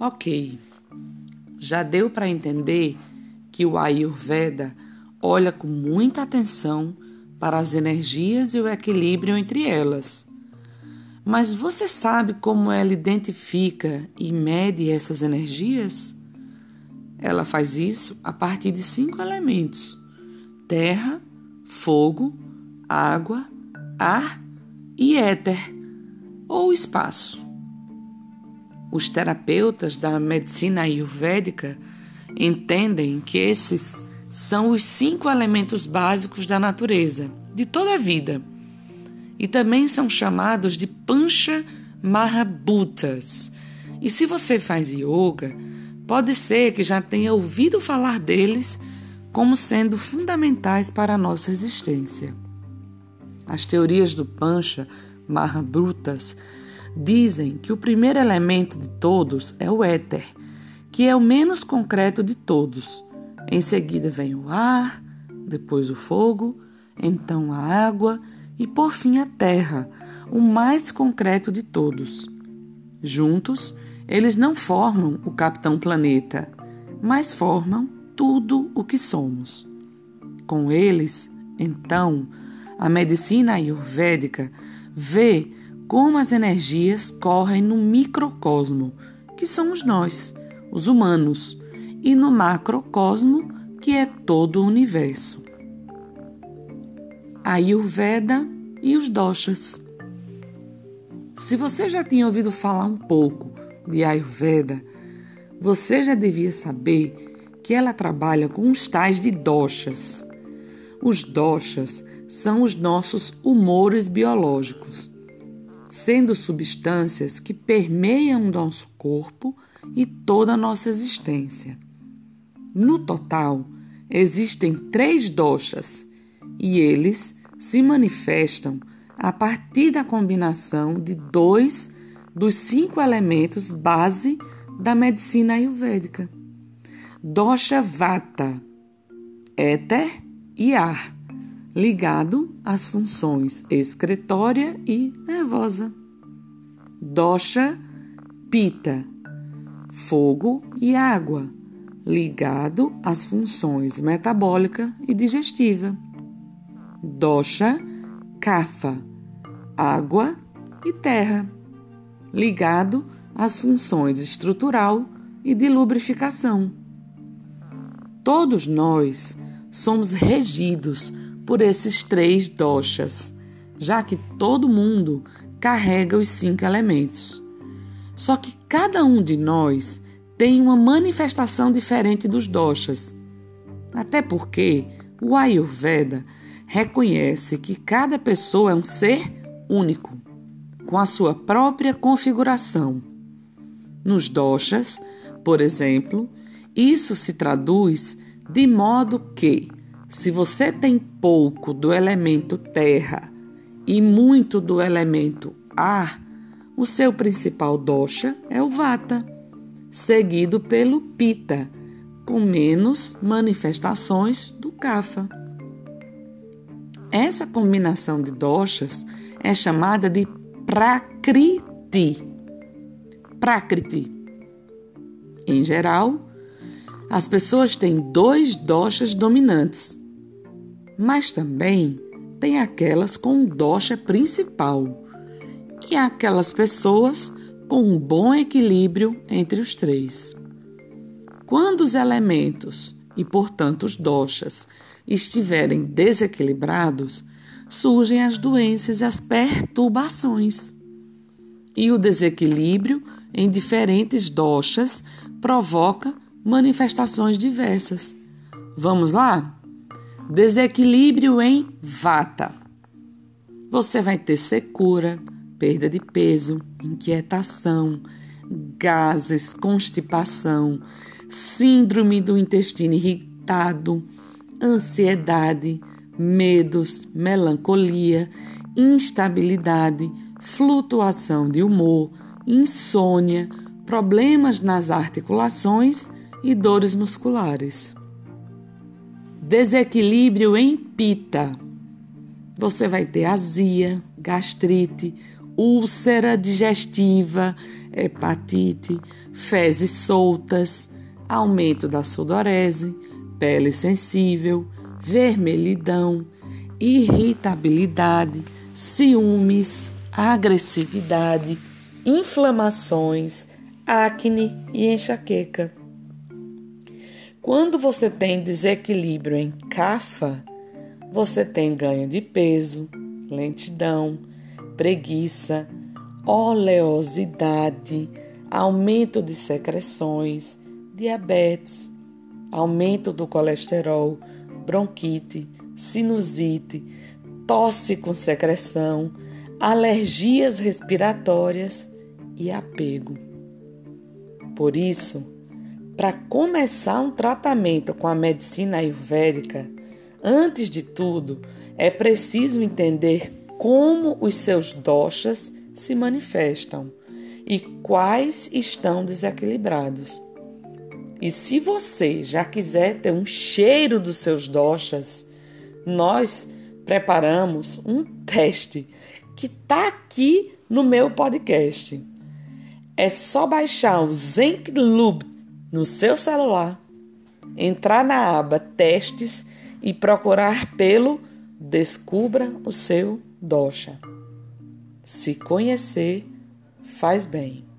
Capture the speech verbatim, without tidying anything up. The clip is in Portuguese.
Ok, já deu para entender que o Ayurveda olha com muita atenção para as energias e o equilíbrio entre elas. Mas você sabe como ela identifica e mede essas energias? Ela faz isso a partir de cinco elementos: terra, fogo, água, ar e éter, ou espaço. Os terapeutas da medicina ayurvédica entendem que esses são os cinco elementos básicos da natureza, de toda a vida, e também são chamados de Pancha Mahabhutas. E se você faz yoga, pode ser que já tenha ouvido falar deles como sendo fundamentais para a nossa existência. As teorias do Pancha Mahabhutas dizem que o primeiro elemento de todos é o éter, que é o menos concreto de todos. Em seguida vem o ar, depois o fogo, então a água e, por fim, a terra, o mais concreto de todos. Juntos, eles não formam o Capitão Planeta, mas formam tudo o que somos. Com eles, então, a medicina ayurvédica vê como as energias correm no microcosmo, que somos nós, os humanos, e no macrocosmo, que é todo o universo. Ayurveda e os doshas. Se você já tinha ouvido falar um pouco de Ayurveda, você já devia saber que ela trabalha com os tais de doshas. Os doshas são os nossos humores biológicos, sendo substâncias que permeiam o nosso corpo e toda a nossa existência. No total, existem três doshas e eles se manifestam a partir da combinação de dois dos cinco elementos base da medicina ayurvédica. Dosha Vata, éter e ar, ligado às funções excretória e nervosa. Dosha Pitta, fogo e água, ligado às funções metabólica e digestiva. Dosha Kapha, água e terra, ligado às funções estrutural e de lubrificação. Todos nós somos regidos por esses três doshas, já que todo mundo carrega os cinco elementos. Só que cada um de nós tem uma manifestação diferente dos doshas. Até porque o Ayurveda reconhece que cada pessoa é um ser único, com a sua própria configuração. Nos doshas, por exemplo, isso se traduz de modo que, se você tem pouco do elemento terra e muito do elemento ar, o seu principal dosha é o Vata, seguido pelo Pitta, com menos manifestações do Kapha. Essa combinação de doshas é chamada de Prakriti. Prakriti. Em geral, as pessoas têm dois doshas dominantes, mas também tem aquelas com um dosha principal e aquelas pessoas com um bom equilíbrio entre os três. Quando os elementos e, portanto, os doshas estiverem desequilibrados, surgem as doenças e as perturbações. E o desequilíbrio em diferentes doshas provoca manifestações diversas. Vamos lá? Desequilíbrio em Vata. Você vai ter secura, perda de peso, inquietação, gases, constipação, síndrome do intestino irritado, ansiedade, medos, melancolia, instabilidade, flutuação de humor, insônia, problemas nas articulações e dores musculares. Desequilíbrio em Pitta. Você vai ter azia, gastrite, úlcera digestiva, hepatite, fezes soltas, aumento da sudorese, pele sensível, vermelhidão, irritabilidade, ciúmes, agressividade, inflamações, acne e enxaqueca. Quando você tem desequilíbrio em cafa, você tem ganho de peso, lentidão, preguiça, oleosidade, aumento de secreções, diabetes, aumento do colesterol, bronquite, sinusite, tosse com secreção, alergias respiratórias e apego. Por isso, para começar um tratamento com a medicina ayurvédica, antes de tudo, é preciso entender como os seus doshas se manifestam e quais estão desequilibrados. E se você já quiser ter um cheiro dos seus doshas, nós preparamos um teste que está aqui no meu podcast. É só baixar o Zenk Lube no seu celular, entrar na aba Testes e procurar pelo Descubra o seu dosha. Se conhecer, faz bem.